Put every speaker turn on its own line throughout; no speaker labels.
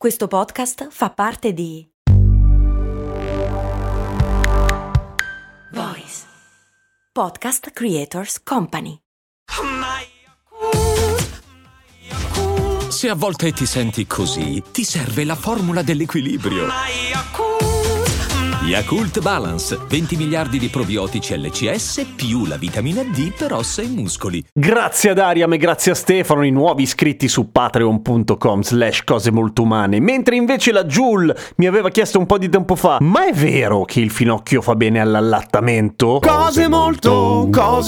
Questo podcast fa parte di Voice Podcast Creators Company.
Se a volte ti senti così, ti serve la formula dell'equilibrio. Yakult Balance, 20 miliardi di probiotici LCS più la vitamina D per ossa e muscoli.
Grazie ad Ariam e grazie a Stefano, i nuovi iscritti su patreon.com/cose molto umane. Mentre invece la Giul mi aveva chiesto un po' di tempo fa: ma è vero che il finocchio fa bene all'allattamento? Cose molto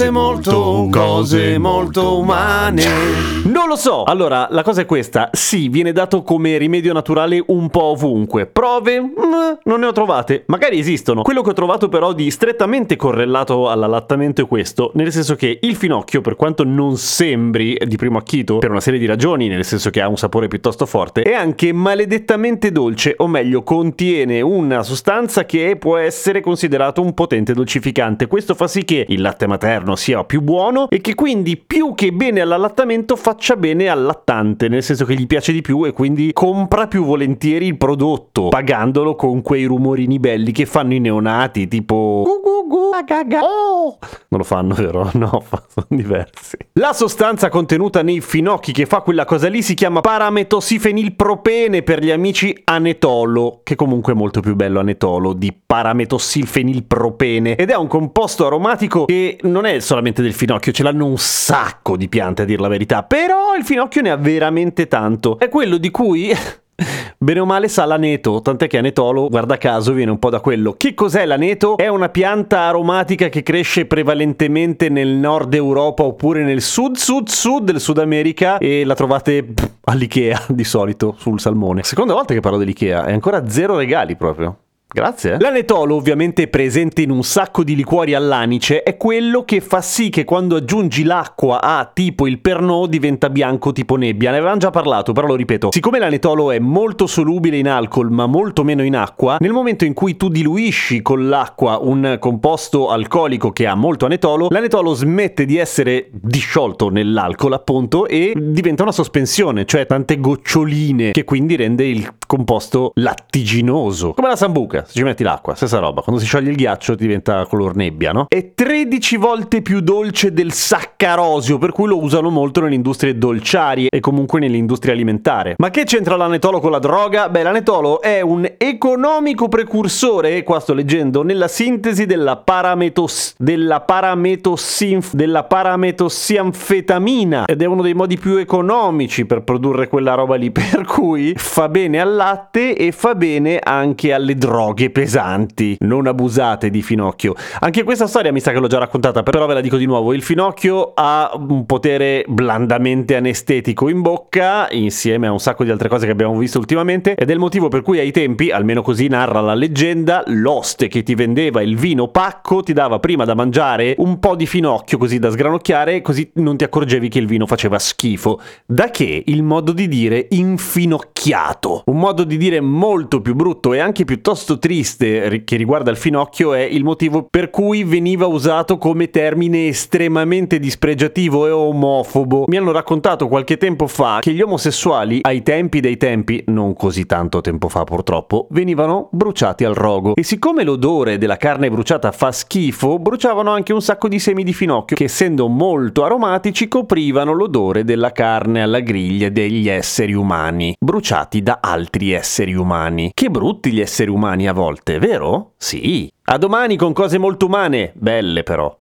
umane. Non lo so. Allora, la cosa è questa: sì, viene dato come rimedio naturale un po' ovunque. Prove? Non ne ho trovate. Magari esistono. Quello che ho trovato però di strettamente correlato all'allattamento è questo, nel senso che il finocchio, per quanto non sembri di primo acchito, per una serie di ragioni, nel senso che ha un sapore piuttosto forte, è anche maledettamente dolce, o meglio, contiene una sostanza che può essere considerato un potente dolcificante. Questo fa sì che il latte materno sia più buono e che quindi più che bene all'allattamento faccia bene al lattante, nel senso che gli piace di più e quindi compra più volentieri il prodotto, pagandolo con quei rumorini belli che fanno i neonati, tipo oh! Non lo fanno, vero? No, sono diversi. La sostanza contenuta nei finocchi che fa quella cosa lì si chiama parametossilfenilpropene, per gli amici anetolo, che comunque è molto più bello anetolo di parametossilfenilpropene, ed è un composto aromatico che non è solamente del finocchio, ce l'hanno un sacco di piante a dir la verità, però il finocchio ne ha veramente tanto. È quello di cui bene o male sa l'aneto, tant'è che anetolo, guarda caso, viene un po' da quello. Che cos'è l'aneto? È una pianta aromatica che cresce prevalentemente nel nord Europa oppure nel sud del Sud America, e la trovate all'Ikea di solito, sul salmone. Seconda volta che parlo dell'Ikea, è ancora zero regali proprio. Grazie. L'anetolo, ovviamente presente in un sacco di liquori all'anice, è quello che fa sì che quando aggiungi l'acqua a tipo il Pernod diventa bianco tipo nebbia. Ne avevamo già parlato, però lo ripeto. Siccome l'anetolo è molto solubile in alcol ma molto meno in acqua, nel momento in cui tu diluisci con l'acqua un composto alcolico che ha molto anetolo, l'anetolo smette di essere disciolto nell'alcol, appunto, e diventa una sospensione, cioè tante goccioline, che quindi rende il composto lattiginoso, come la sambuca. Se ci metti l'acqua, stessa roba. Quando si scioglie il ghiaccio diventa color nebbia, no? È 13 volte più dolce del saccarosio, per cui lo usano molto nelle industrie dolciarie e comunque nell'industria alimentare. Ma che c'entra l'anetolo con la droga? Beh, l'anetolo è un economico precursore, qua sto leggendo, nella sintesi della parametosianfetamina, ed è uno dei modi più economici per produrre quella roba lì, per cui fa bene al latte e fa bene anche alle droghe pesanti. Non abusate di finocchio. Anche questa storia mi sa che l'ho già raccontata, però ve la dico di nuovo. Il finocchio ha un potere blandamente anestetico in bocca, insieme a un sacco di altre cose che abbiamo visto ultimamente, ed è il motivo per cui ai tempi, almeno così narra la leggenda, l'oste che ti vendeva il vino pacco ti dava prima da mangiare un po' di finocchio così da sgranocchiare, così non ti accorgevi che il vino faceva schifo. Da che il modo di dire infinocchiato, un modo di dire molto più brutto e anche piuttosto triste che riguarda il finocchio, è il motivo per cui veniva usato come termine estremamente dispregiativo e omofobo. Mi hanno raccontato qualche tempo fa che gli omosessuali, ai tempi dei tempi, non così tanto tempo fa purtroppo, venivano bruciati al rogo, e siccome l'odore della carne bruciata fa schifo, bruciavano anche un sacco di semi di finocchio che, essendo molto aromatici, coprivano l'odore della carne alla griglia degli esseri umani, bruciati da altri esseri umani. Che brutti gli esseri umani a volte, vero? Sì. A domani con cose molto umane, belle però.